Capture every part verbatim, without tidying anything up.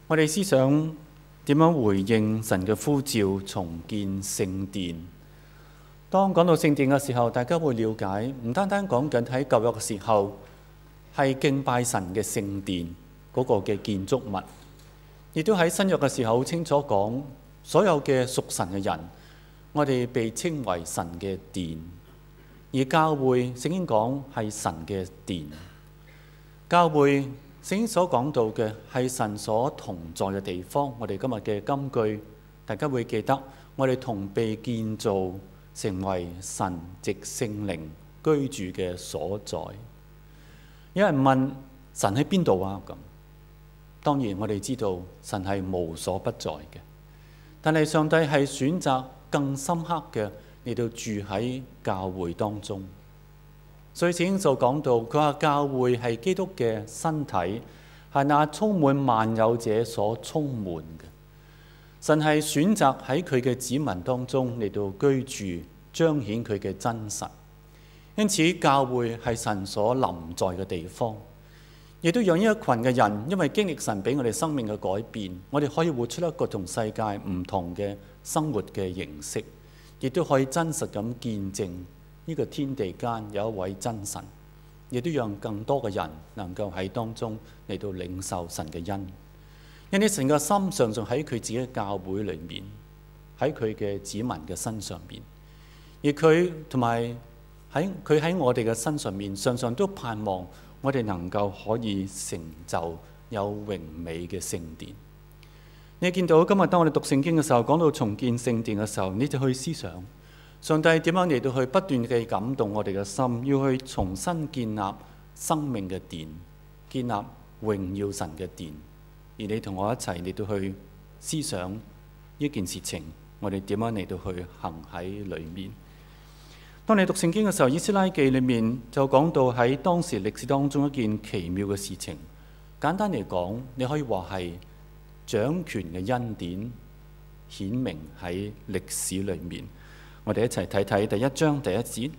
我哋思想點樣回應神嘅呼召，重建聖殿。當講到聖殿嘅時候，大家會了解，唔單單講緊喺舊約嘅時候係敬拜神嘅聖殿嗰個嘅建築物，亦都喺新約嘅時候好清楚講，所有嘅屬神嘅人，我哋被稱為神嘅殿。而教會聖經講係神嘅殿，教會聖經所講到嘅係神所同在嘅地方。我哋今日嘅金句，大家會記得，我哋同被建造成為神藉聖靈居住嘅所在。有人問神喺邊度啊？咁當然我哋知道神係無所不在嘅，但係上帝係選擇更深刻嘅嚟到住喺教會當中。所以聖經就講到，佢話教會係基督嘅身體，係那充滿萬有者所充滿嘅。神係選擇喺佢嘅子民當中嚟到居住，彰顯佢嘅真實。因此教會係神所臨在嘅地方，亦都讓呢一群嘅人因為經歷神俾我哋生命嘅改變，我哋可以活出一個同世界唔同嘅生活嘅形式，亦都可以真實咁見證呢個天地間有一位真神，亦都讓更多嘅人能夠喺當中嚟到領受神嘅恩。因此神嘅心常常喺佢自己嘅教會裏面，喺佢嘅子民嘅身上面，而佢同埋喺佢喺我哋嘅身上面，常常都盼望我哋能夠可以成就有榮美嘅聖殿。你見到今日當我哋讀聖經嘅時候，講到重建聖殿嘅時候，你就去思想上帝點樣嚟到去不斷地感動我哋嘅心，要去重新建立生命嘅殿，建立榮耀神嘅殿。而你同我一齊嚟到去思想呢件事情，我哋點樣嚟到去行喺裏面。當你讀聖經嘅時候，以斯拉記裏面就講到喺當時歷史當中一件奇妙嘅事情。簡單嚟講，你可以話係掌權嘅恩典顯明喺歷史裏面。我哋一齊睇睇第一章第一節。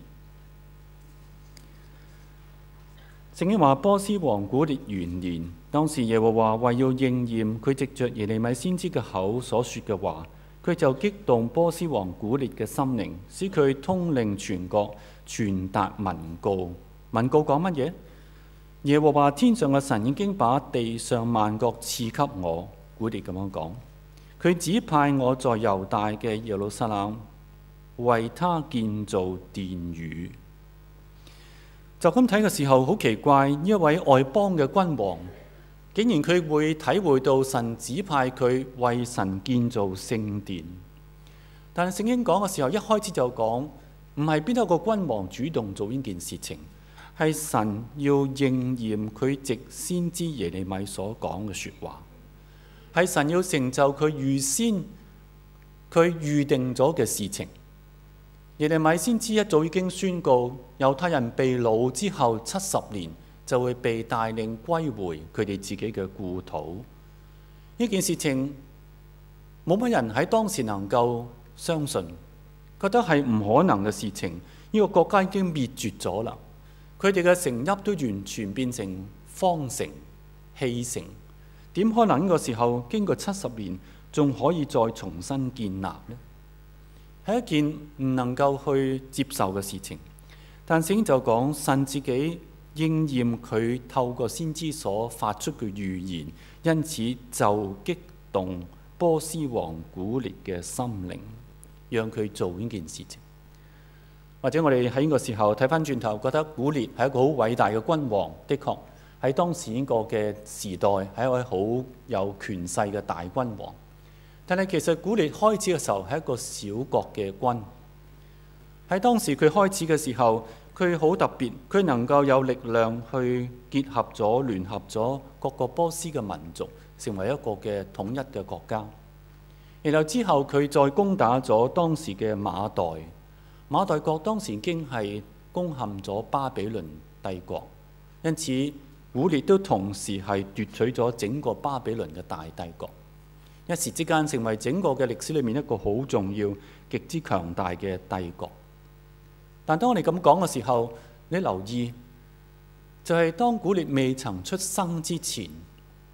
聖經話，波斯王古列元年，當時耶和華為要應驗佢藉着耶利米先知嘅口所說嘅話，佢就激動波斯王古列嘅心靈，使佢通令全國傳達文告。文告講乜嘢？耶和華天上嘅神已經把地上萬國賜給我。古列咁樣講，佢指派我在猶大嘅耶路撒冷為他建造殿宇。就咁睇嘅時候，好奇怪，呢一位外邦嘅君王，竟然佢會體會到神指派佢為神建造聖殿。但係聖經講嘅時候，一開始就講，唔係邊一個君王主動做呢件事情，係神要應驗佢藉先知耶利米所講嘅說話，係神要成就佢預先佢預定咗嘅事情。耶利米先知一早已經宣告，猶太人被擄之後七十年就會被帶領歸回佢哋自己嘅故土。呢件事情冇乜人喺當時能夠相信，覺得係唔可能嘅事情。呢個國家已經滅絕咗啦，佢哋嘅城邑都完全變成荒城棄城，點可能呢個時候經過七十年仲可以再重新建立呢？係一件唔能夠去接受嘅事情。但聖經就講，神自己應驗佢透過先知所發出嘅預言，因此就激動波斯王古列嘅心靈，讓佢做呢件事情。或者我哋喺呢個時候睇翻轉頭，覺得古列係一個好偉大嘅君王，的確喺當時呢個嘅時代係一位好有權勢嘅大君王。但係其實古列開始嘅時候係一個小國嘅君。喺當時佢開始嘅時候，佢好特別，佢能夠有力量去結合咗、聯合咗各個波斯嘅民族，成為一個嘅統一嘅國家。然後之後佢再攻打咗當時嘅馬代，馬代國當時已經係攻陷咗巴比倫帝國，因此古列都同時係奪取咗整個巴比倫嘅大帝國。一時之間成為整個嘅歷史裏面一個好重要、極之強大嘅帝國。但當我哋咁講嘅時候，你留意就係當古列未曾出生之前，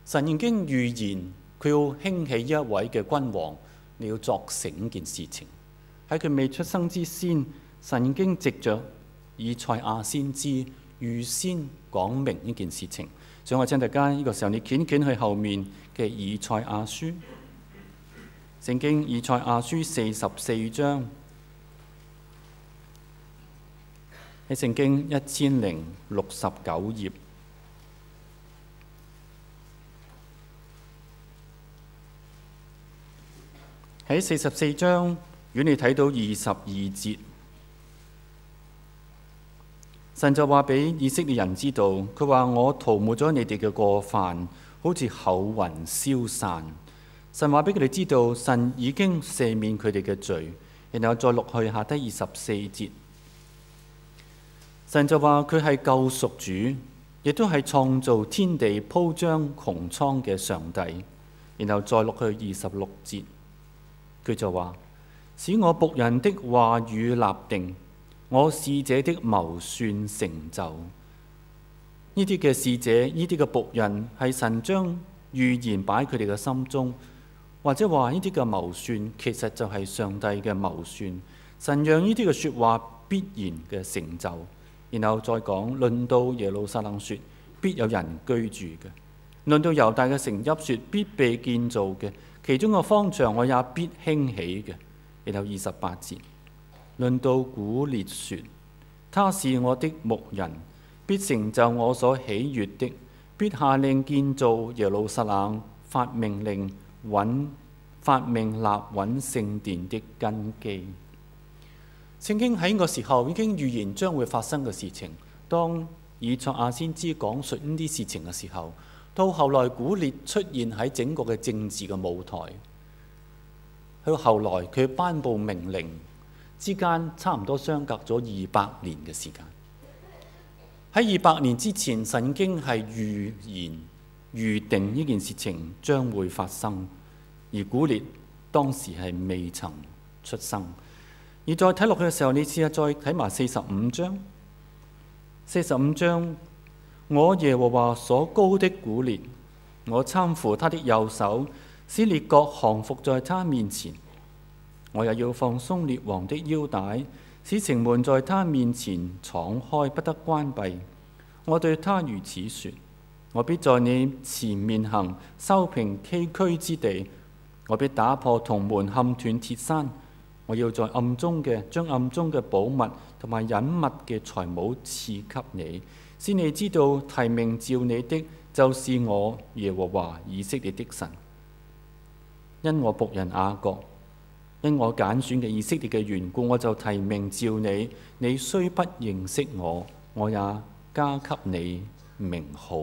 神已經預言佢要興起呢一位嘅君王，你要作成件事情。喺佢未出生之先，神已經藉着以賽亞先知預先講明呢件事情。所以我請大家呢個時候，你捲捲去後面嘅以賽亞書，聖經以賽亞書四十四章，喺聖經一千零六十九頁。喺四十四章，如果你睇到二十二節，神就話俾以色列人知道，佢話我塗抹咗你哋嘅過犯，好似厚雲消散。神話俾佢哋知道，神已經赦免佢哋嘅罪。然後再落去下低二十四節，神就話佢係救贖主，亦都係創造天地鋪張穹蒼嘅上帝。然後再落去二十六節。佢就話：使我僕人的話語立定，我使者的謀算成就。呢啲嘅使者，呢啲嘅僕人，係神將預言擺佢哋嘅心中，或者話呢啲嘅謀算，其實就係上帝嘅謀算。神讓呢啲嘅説話必然嘅成就。然後再講，論到耶路撒冷說，必有人居住嘅；論到猶大嘅城邑說，必被建造嘅。其中個方丈我也必興起嘅。然後二十八節，論到古列說，他是我的牧人，必成就我所喜悅的，必下令建造耶路撒冷，發命令穩發命立穩聖殿的根基。聖經喺呢個時候已經預言將會發生嘅事情。當以賽亞先知講述呢啲事情嘅時候，到後來古列出現喺整個嘅政治嘅舞台，去到後來佢頒布命令之間，差唔多相隔咗二百年嘅時間。喺二百年之前，神經係預言預定呢件事情將會發生，而古列當時係未曾出生。而再睇落去嘅時候，你試下再睇埋四十五章，四十五章。我耶和華所膏的古列，我攙扶他的右手，使列國降服在他面前。我也要放鬆列王的腰帶，使城門在他面前敞開，不得關閉。我對他如此說：我必在你前面行，修平崎嶇之地。我必打破銅門，砍斷鐵山。我要在暗中嘅將暗中嘅寶物同埋隱密嘅財寶賜給你，使你知道提名召你的就是我耶和華以色列的神。因我僕人雅各，因我揀選嘅以色列嘅緣故，我就提名召你。你雖不認識我，我也加給你名號。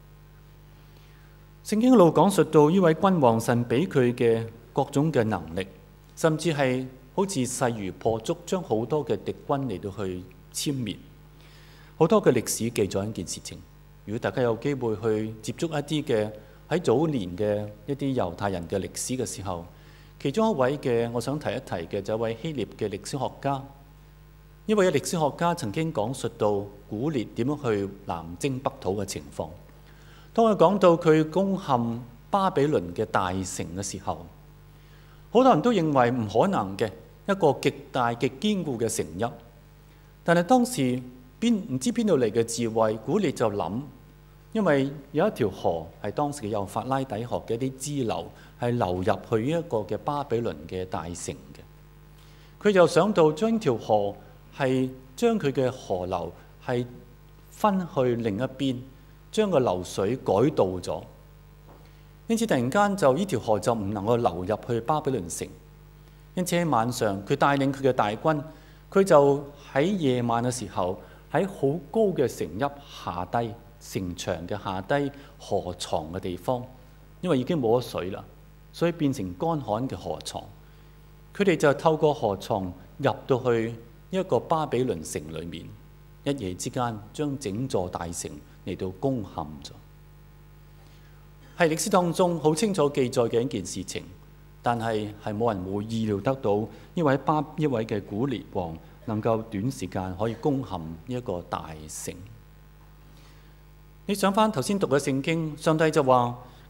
聖經一路講述到呢位君王，神俾佢嘅各種嘅能力，甚至係好似勢如破竹，將好多嘅敵軍嚟到去殲滅。好多嘅歷史記載一件事情。如果大家有機會去接觸一啲嘅喺早年嘅一啲猶太人嘅歷史嘅時候，其中一位嘅我想提一提嘅就係一位希臘嘅歷史學家。呢位歷史學家曾經講述到古列點樣去南征北討嘅情況。當佢講到佢攻陷巴比倫嘅大城嘅時候，好多人都認為唔可能嘅，一個極大極堅固嘅城邑。但係當時邊唔知邊度嚟嘅智慧，古列就諗，因為有一條河係當時嘅幼發拉底河嘅一啲支流，係流入去一個嘅巴比倫嘅大城嘅。佢就想到將條河係將佢嘅河流係分去另一邊，將個流水改道咗。因此突然間就呢條河就唔能夠流入去巴比倫城。因此喺晚上，佢帶領佢嘅大軍，佢就喺夜晚嘅時候喺好高嘅城邑下低，城牆嘅下低河床嘅地方，因為已經冇咗水啦，所以變成乾旱嘅河床。佢哋就透過河床入到去一個巴比倫城裏面，一夜之間將整座大城嚟到攻陷咗。係歷史當中好清楚記載嘅一件事情，但係係冇人會意料得到呢位巴呢位嘅古列王能夠短時間可以攻陷呢一個大城。你想翻頭先讀嘅聖經，上帝就話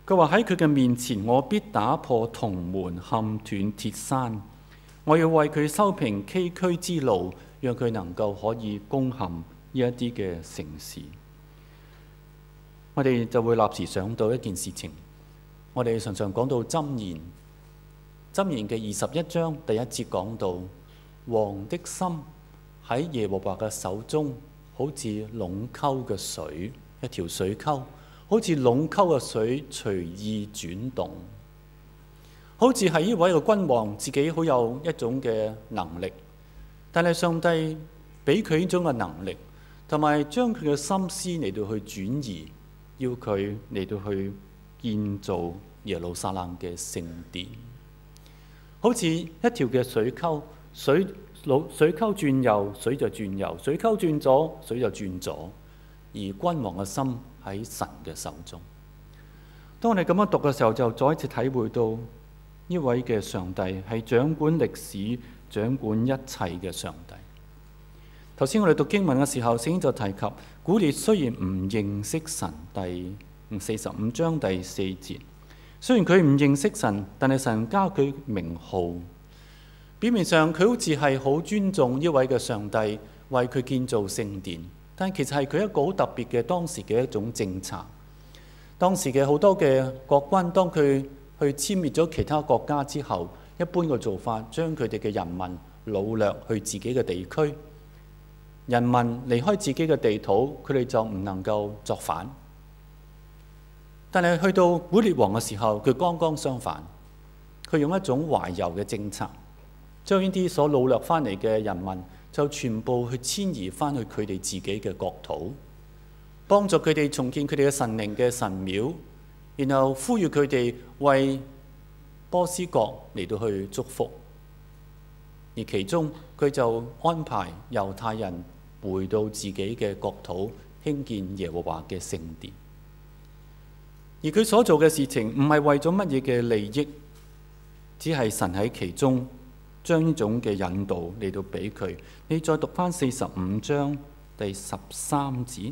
佢話喺佢嘅面前，我必打破銅門，砍斷鐵山。我要為佢修平崎嶇之路，讓佢能夠可以攻陷呢一啲嘅城市。我哋就會立時想到一件事情，我哋常常講到箴言，箴言嘅二十一章第一節講到，王的心喺耶和華嘅手中，好似隴溝嘅水，一條水溝，好似隴溝嘅水隨意轉動，好似係呢位嘅君王自己好有一種嘅能力，但係上帝俾佢呢種嘅能力，同埋將佢嘅心思嚟到去轉移，要佢嚟到去建造耶路撒冷嘅聖殿，好似一條嘅水溝，水水溝轉右，水就轉右；水溝轉左，水就轉左。而君王嘅心喺神嘅手中。當我哋咁樣讀嘅時候，就再一次體會到呢位嘅上帝係掌管歷史、掌管一切嘅上帝。頭先我哋讀經文嘅時候，聖經就提及古列雖然唔認識神，第四十五章第四節，雖然佢唔認識神，但係神加佢名號。表面上佢好似係好尊重呢位嘅上帝，為佢建造聖殿，但其實係佢一個好特別嘅當時嘅一種政策。當時嘅好多嘅國君，當佢去殲滅咗其他國家之後，一般嘅做法將佢哋嘅人民擄掠去自己嘅地區，人民離開自己嘅地土，佢哋就唔能夠作反。但係去到古列王嘅時候，佢剛剛相反，佢用一種懷柔嘅政策，將呢啲所擄掠翻嚟嘅人民就全部去遷移翻去佢哋自己嘅國土，幫助佢哋重建佢哋嘅神靈嘅神廟，然後呼籲佢哋為波斯國嚟到去祝福。而其中佢就安排猶太人回到自己嘅國土，興建耶和華嘅聖殿。而佢所做嘅事情唔係為咗乜嘢嘅利益，只係神喺其中將呢種嘅引導嚟到俾佢。你再讀翻四十五章第十三節，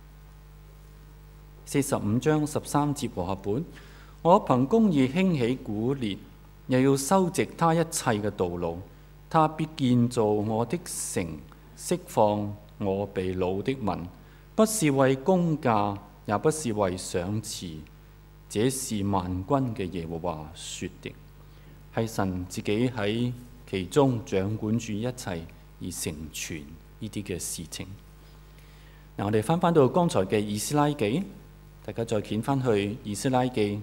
四十五章十三節和合本。我憑公義興起古列，又要修直他一切嘅道路。他必建造我的城，釋放我被擄的民，不是為公價，也不是為賞賜。這是萬軍嘅耶和華說的。係神自己喺其中掌管住一切，而成全呢啲嘅事情。嗱，我哋翻翻到剛才嘅以斯拉記，大家再掀翻去以斯拉記。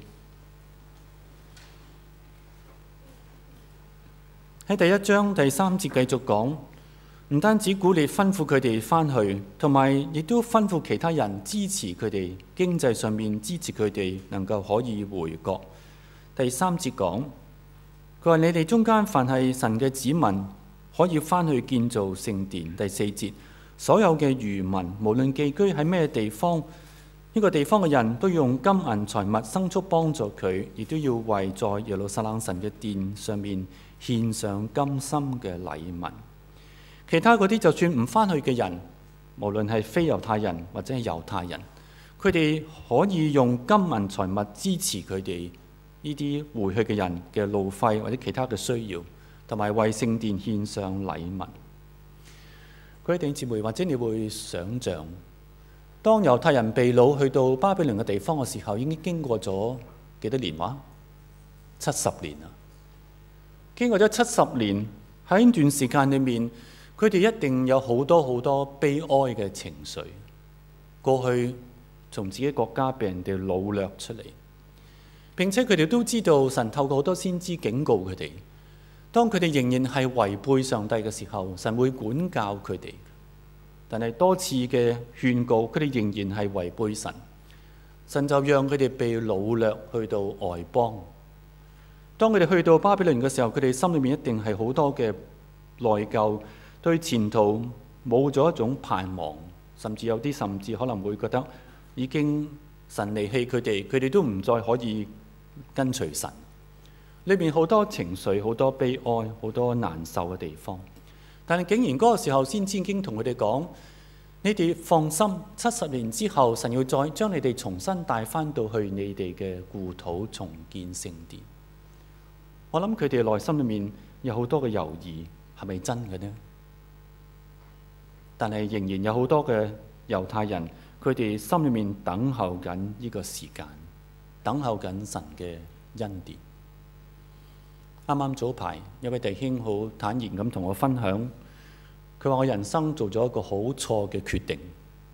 喺第一章第三節繼續講，唔單止古列吩咐佢哋翻去，同埋亦都吩咐其他人支持佢哋，經濟上面支持佢哋能夠可以回國。第三節講，佢話你哋中間凡係神嘅子民，可以翻去建造聖殿。第四節，所有嘅餘民，無論寄居喺咩地方，呢、這個地方嘅人都要用金銀財物牲畜幫助佢，亦都要為在耶路撒冷神嘅殿上面獻上甘心嘅禮物。其他嗰啲就算唔翻去嘅人，無論係非猶太人或者係猶太人，佢哋可以用金銀財物支持佢哋呢啲回去嘅人嘅路費或者其他嘅需要，同埋為聖殿獻上禮物。各位弟兄姊妹，或者你會想像，當猶太人被擄去到巴比倫嘅地方嘅時候，已經經過咗幾多年話？七十年啊！經過咗七十年，喺呢段時間裏面，佢哋一定有好多好多悲哀嘅情緒。過去從自己國家被人哋擄掠出嚟，並且佢哋都知道神透過好多先知警告佢哋，當佢哋仍然係違背上帝嘅時候，神會管教佢哋。但係多次嘅勸告，佢哋仍然係違背神，神就讓佢哋被擄掠去到外邦。當佢哋去到巴比倫嘅時候，佢哋心裏面一定係好多嘅內疚，對前途冇咗一種盼望，甚至有啲甚至可能會覺得已經神離棄佢哋，佢哋都唔再可以跟隨神。裏面好多情緒，好多悲哀，好多難受嘅地方。但係竟然嗰個時候先知已經同佢哋講， 你哋放心，七十年之後，神要再將你哋重新帶翻到去你哋嘅故土，重建聖殿。我諗佢哋內心裏面有好多嘅猶豫，係咪真嘅呢？但係仍然有好多嘅猶太人，佢哋心裏面等候緊呢個時間，等候緊神嘅恩典。啱啱早排有位弟兄好坦然咁同我分享，佢話我人生做咗一個好錯嘅決定，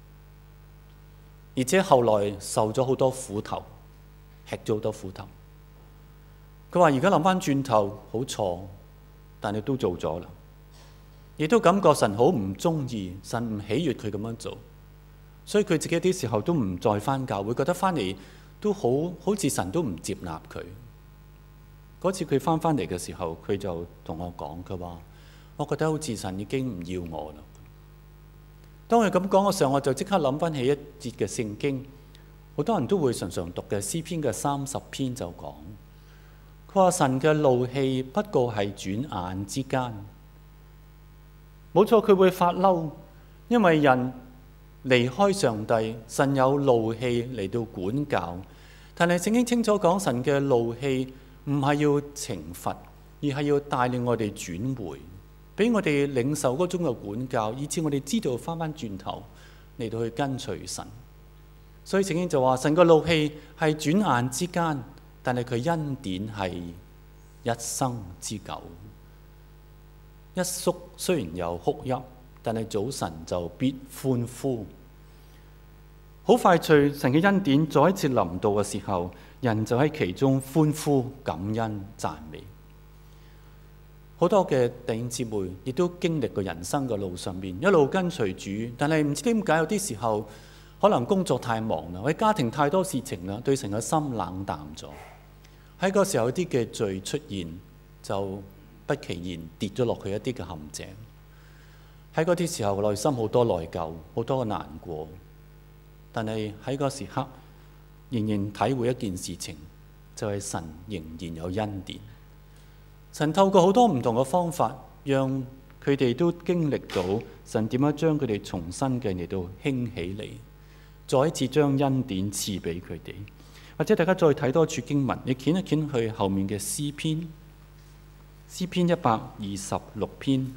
而且後來受咗好多苦頭，吃咗好多苦頭。佢話而家諗翻轉頭好錯，但係都做咗啦，亦都感覺神好唔中意，神唔喜悅佢咁樣做，所以佢自己啲時候都唔再翻教會，覺得翻嚟都好好似神都唔接納佢。嗰次佢翻返嚟嘅時候，佢就同我講，佢話我覺得好似神已經唔要我啦。當佢咁講嘅時候，我就即刻諗翻起一節嘅聖經，好多人都會常常讀嘅詩篇嘅三十篇就講，佢話神嘅怒氣不過係轉眼之間。冇錯，佢會發嬲，因為人離開上帝，神有怒氣嚟到管教。但係聖經清楚講，神嘅怒氣唔係要懲罰，而係要帶領我哋轉回，俾我哋領受嗰種嘅管教，以致我哋知道翻翻轉頭嚟到去跟隨神。所以聖經就話，神嘅怒氣係轉眼之間，但係佢恩典係一生之久。一宿雖然有哭泣，但係早晨就必歡呼。好快脆，神嘅恩典再一次臨到嘅時候，人就喺其中歡呼、感恩、讚美。好多嘅弟兄姊妹亦都經歷過人生嘅路上面，一路跟隨主，但係唔知點解有啲時候可能工作太忙啦，或者家庭太多事情啦，對神嘅心冷淡咗。喺嗰時候有啲嘅罪出現，就不其然跌咗落去一啲嘅陷阱。喺嗰啲時候內心好多內疚，好多嘅難過。但係喺嗰時刻仍然體會一件事情，就係神仍然有恩典。神透過好多唔同嘅方法，讓佢哋都經歷到神點樣將佢哋重新嘅嚟到興起嚟，再一次將恩典賜俾佢哋。或者大家再睇多處經文，你捲一捲去後面嘅詩篇，詩篇一百二十六篇，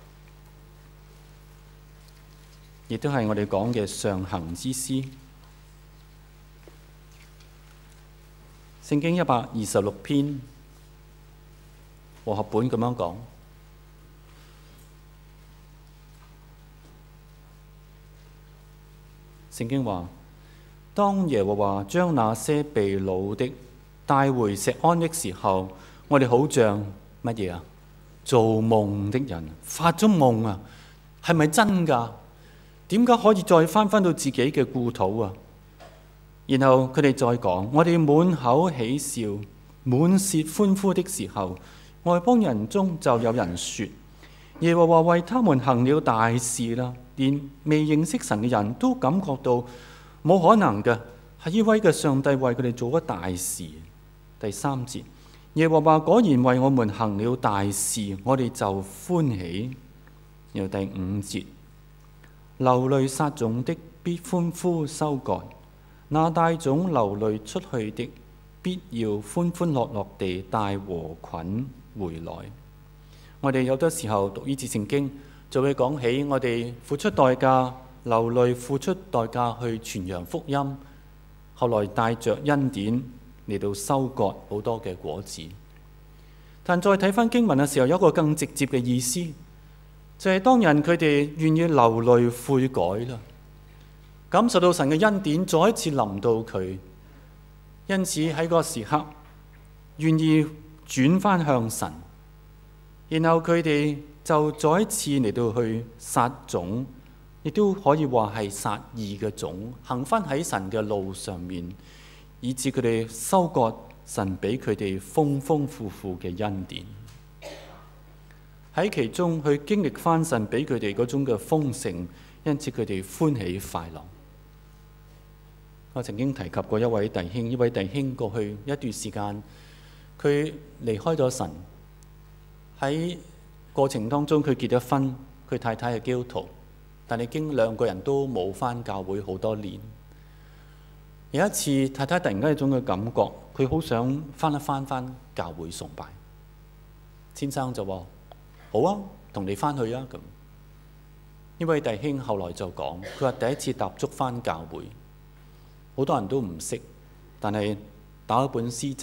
亦都係我哋講嘅上行之詩。聖經一百二十六篇和合本咁樣講，聖經話：當耶和華將那些被擄的帶回錫安的時候，我哋好像乜嘢啊？做夢的人，發咗夢啊？係咪真㗎？點解可以再返返到自己嘅故土啊？然後佢哋再講：我哋滿口喜笑、滿舌歡呼的時候，外邦人中就有人說：耶和華為他們行了大事啦！連未認識神嘅人都感覺到冇可能嘅，係呢位嘅上帝為佢哋做咗大事。第三節，耶和華果然為我們行了大事，我哋就歡喜。然後第五節，流淚撒種的必歡呼收割，那帶種流淚出去的必要歡歡樂樂地帶禾捆回來。我哋有多時候讀呢節聖經，就會講起我哋付出代價、流淚付出代價去傳揚福音，後來帶着恩典嚟到收割好多嘅果子。但再睇翻經文嘅時候，有一個更直接嘅意思，就係、是、當人佢哋願意流淚悔改啦，感受到神嘅恩典再一次臨到佢，因此喺嗰個時刻願意轉翻向神，然後佢哋就再一次嚟到去撒種，亦都可以話係撒義嘅種，行翻喺神嘅路上面，以致佢哋收割神俾佢哋豐豐富富嘅恩典，喺其中去經歷翻神俾佢哋嗰種嘅豐盛，因此佢哋歡喜快樂。我曾經提及過一位弟兄，呢位弟兄過去一段時間，佢離開咗神，喺過程當中佢結咗婚，佢太太係基督徒， 但係經兩個人都冇返教會好多年。有一次，太太突然間有一種嘅感覺，佢好想返一返返教會崇拜。先生就話：好啊，同你返去啊咁。呢位弟兄後來就講，佢話第一次踏足返教會，好多人都唔識，但係打一本詩集，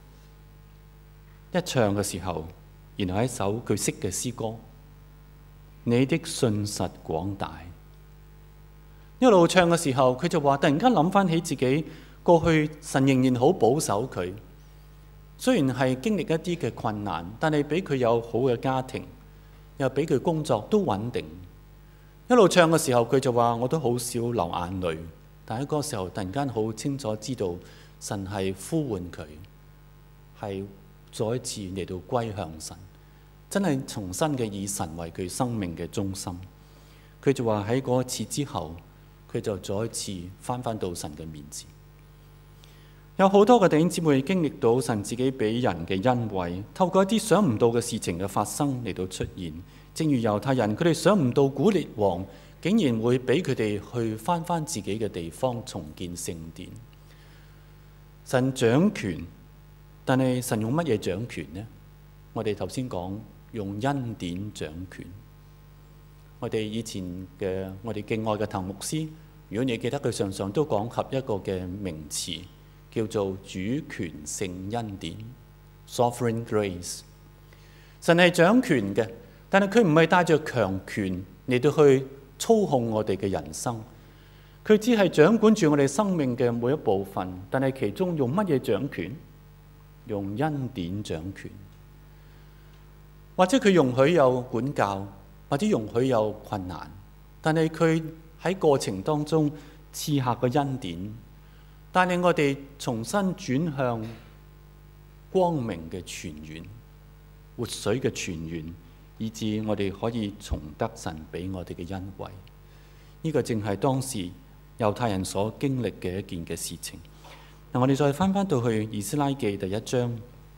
一唱嘅時候，然後一首佢識嘅詩歌，你的信實廣大。一路唱嘅時候，佢就話突然間諗翻起自己過去，神仍然好保守佢。雖然係經歷一啲嘅困難，但係俾佢有好嘅家庭，又俾佢工作都穩定。一路唱嘅時候，佢就話我都好少流眼淚，但喺嗰個時候突然間好清楚知道神係呼喚佢，係再一次嚟到歸向神，真係重新嘅以神為佢生命嘅中心。佢就話喺嗰次之後，佢就再一次返返到神嘅面前。有好多嘅弟兄姊妹經歷到神自己俾人嘅恩惠，透過一啲想唔到嘅事情嘅發生嚟到出現。正如猶太人，佢哋想唔到古列王竟然會俾佢哋去返返自己嘅地方重建聖殿。神掌權，但係神用乜嘢掌權呢？我哋頭先講用恩典掌權。我哋以前嘅我哋敬愛嘅譚牧師，如果你記得佢常常都講及一個嘅名詞，叫做主權性恩典 （Sovereign Grace）。神係掌權嘅，但係佢唔係帶着強權嚟到去操控我哋嘅人生，佢只係掌管住我哋生命嘅每一部分。但係其中用乜嘢掌權？用恩典掌權，或者佢容許有管教，或者容許有困難，但係佢喺過程當中賜下個恩典，帶領我哋重新轉向光明嘅泉源、活水嘅泉源，以致我哋可以重得神俾我哋嘅恩惠。呢、這個正係當時猶太人所經歷嘅一件嘅事情。嗱，我哋再翻翻到去《以斯拉記》第一章，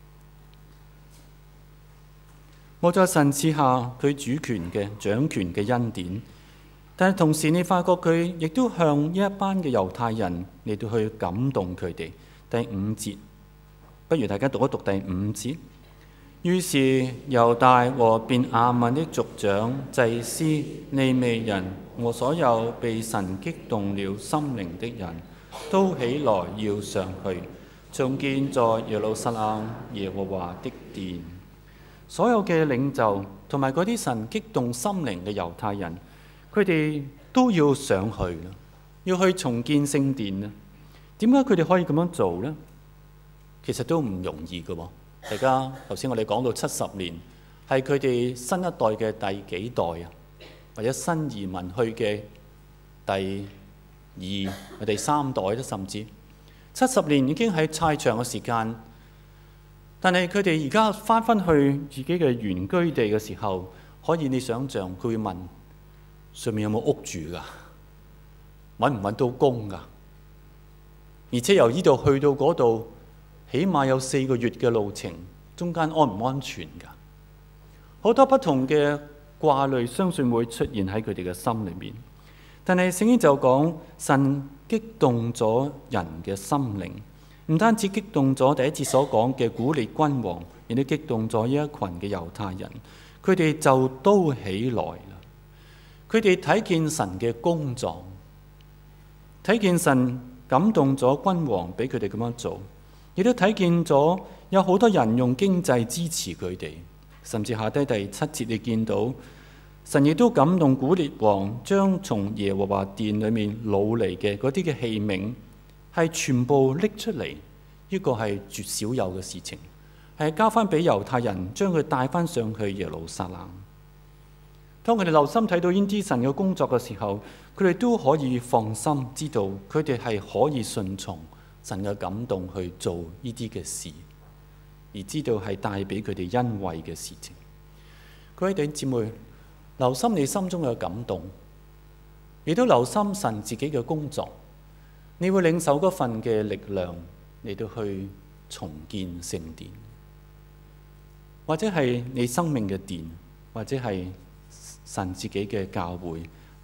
我在神賜下佢主權嘅掌權嘅恩典，但係同時你發覺佢亦都向呢一班嘅猶太人嚟到去感動佢哋。第五節，不如大家讀一讀第五節。於是猶大和便雅憫的族長、祭司、利未人和所有被神激動了心靈的人，都起來要上去重建在耶路撒冷耶和華的殿。所有嘅領袖同埋嗰啲神激動心靈嘅猶太人，佢哋都要上去，要去重建聖殿啊！點解佢哋可以咁樣做呢？其實都唔容易嘅喎。大家頭先我哋講到七十年，係佢哋新一代嘅第幾代啊？或者新移民去嘅第二、第三代咧，甚至七十年已經係太長嘅時間。但係佢哋而家翻返去自己嘅原居地嘅時候，可以你想象佢會問：上面有冇屋住㗎？揾唔揾到工㗎？而且由呢度去到嗰度，起碼有四個月嘅路程，中間安唔安全㗎？好多不同嘅掛慮，相信會出現喺佢哋嘅心裏面。但係聖經就講，神激動咗人嘅心靈，唔單止激動咗第一節所講嘅古列君王，亦都激動咗呢一群嘅猶太人，佢哋就都起來啦。佢哋睇見神嘅工作，睇見神感動咗君王俾佢哋咁樣做，亦都睇見咗有好多人用經濟支持佢哋，甚至下低第七節你見到神亦都感動古列王，將從耶和華殿裏面擄嚟嘅嗰啲嘅器皿，係全部拎出嚟。呢個係絕少有嘅事情，係交翻俾猶太人，將佢帶翻上去耶路撒冷。當佢哋留心睇到呢啲神嘅工作嘅時候，佢哋都可以放心知道，佢哋係可以順從神嘅感動去做呢啲嘅事，而知道係帶俾佢哋恩惠嘅事情。各位弟兄姊妹，留心你心中嘅感動，亦都留心神自己嘅工作，你會領受嗰份嘅力量嚟到去重建聖殿，或者係你生命嘅殿，或者係神自己嘅教會，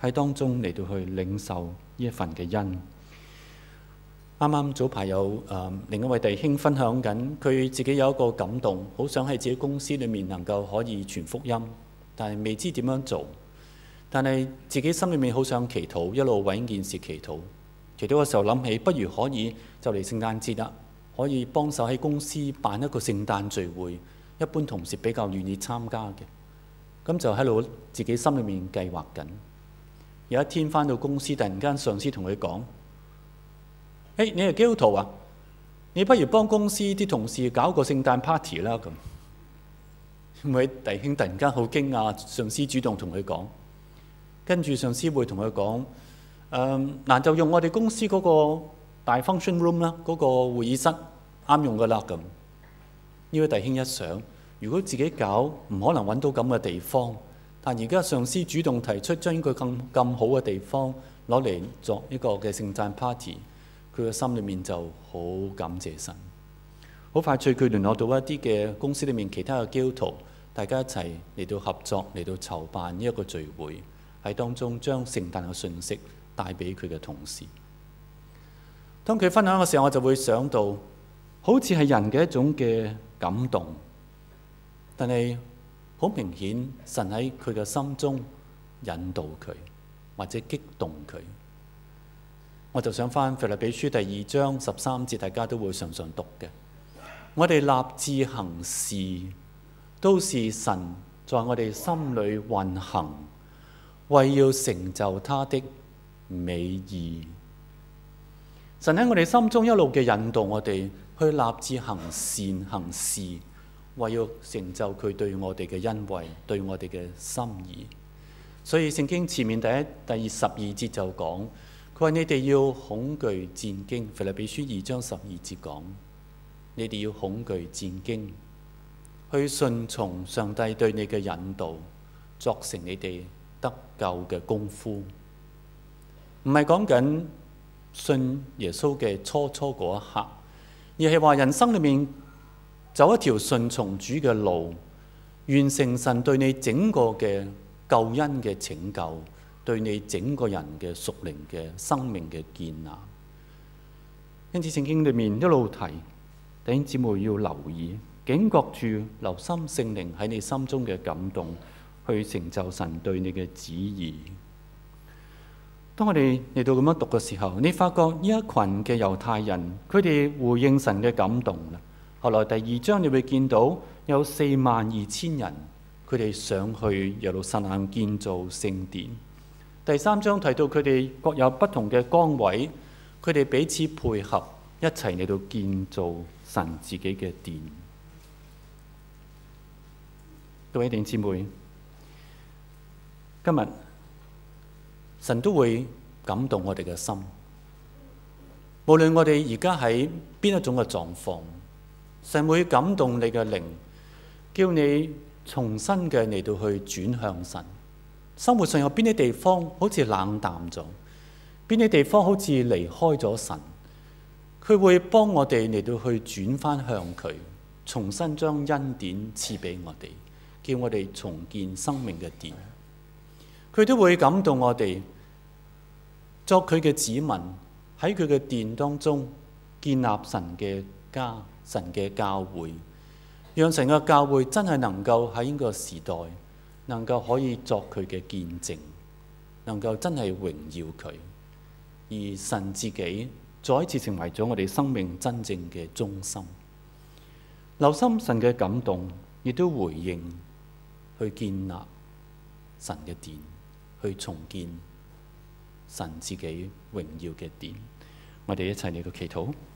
喺當中嚟到去領受呢一份嘅恩。啱啱早排有誒、呃、另一位弟兄分享緊，佢自己有一個感動，好想喺自己公司裏面能夠可以傳福音，但係未知點樣做。但係自己心裏面好想祈禱，一路為呢件事祈禱。祈禱嘅時候諗起，不如可以就嚟聖誕節啦，可以幫手喺公司辦一個聖誕聚會，一般同事比較願意參加嘅。咁就喺度自己心裏面計劃緊。有一天返到公司，突然間上司同佢講：誒、hey，你係基督徒啊？你不如幫公司啲同事搞個聖誕 party 啦咁。咁位弟兄突然間好驚訝，上司主動同佢講，跟住上司會同佢講：誒、嗯，嗱就用我哋公司嗰個大 function room 啦，嗰個會議室啱用噶啦咁。呢位弟兄一想，如果自己搞，唔可能揾到咁嘅地方，但而家上司主動提出將呢個咁咁好嘅地方攞嚟作一個嘅聖誕 party。佢嘅心裏面就好感謝神，好快脆佢聯絡到一啲嘅公司裏面其他嘅基督徒，大家一齊嚟到合作嚟到籌辦呢一個聚會，喺當中將聖誕嘅訊息帶俾佢嘅同事。當佢分享嘅時候，我就會想到，好似係人嘅一種嘅感動，但係好明顯神喺佢嘅心中引導佢，或者激動佢。我就想翻腓立比書第二章十三節，大家都會常常讀嘅。我哋立志行事，都是神在我哋心裏運行，為要成就他的美意。神喺我哋心中一路嘅引導我哋去立志行善行事，為要成就佢對我哋嘅恩惠，對我哋嘅心意。所以聖經前面第一第十二節就講。佢話：你哋要恐懼戰兢。腓立比書二章十二節講，你哋要恐懼戰兢，去順從上帝對你嘅引導，作成你哋得救嘅功夫。唔係講緊信耶穌嘅初初嗰一刻，而係話人生裏面走一條順從主嘅路，完成神對你整個嘅救恩嘅拯救。對你整個人嘅屬靈嘅生命嘅建立，因此聖經裏面一路提弟兄姊妹要留意、警覺住、留心聖靈喺你心中嘅感動，去成就神對你嘅旨意。當我哋嚟到咁樣讀嘅時候，你發覺呢一群嘅猶太人，佢哋回應神嘅感動啦。後來第二章你會見到有四萬二千人，佢哋上去耶路撒冷建造聖殿。第三章提到佢哋各有不同嘅崗位，佢哋彼此配合，一齊嚟到建造神自己嘅殿。各位弟兄姊妹，今日神都會感動我哋嘅心，無論我哋而家喺邊一種嘅狀況，神會感動你嘅靈，叫你重新嘅嚟到去轉向神。生活上有邊啲地方好似冷淡咗，邊啲地方好似離開咗神，佢會幫我哋嚟到去轉翻向佢，重新將恩典賜俾我哋，叫我哋重建生命嘅殿。佢都會感動我哋作佢嘅子民，喺佢嘅殿當中建立神嘅家、神嘅教會，讓神嘅教會真係能夠喺呢個時代能夠可以作佢嘅見證，能夠真係榮耀佢，而神自己再一次成為咗我哋生命真正嘅中心。留心神嘅感動，亦都回應去建立神嘅殿，去重建神自己榮耀嘅殿。我哋一齊嚟到祈禱。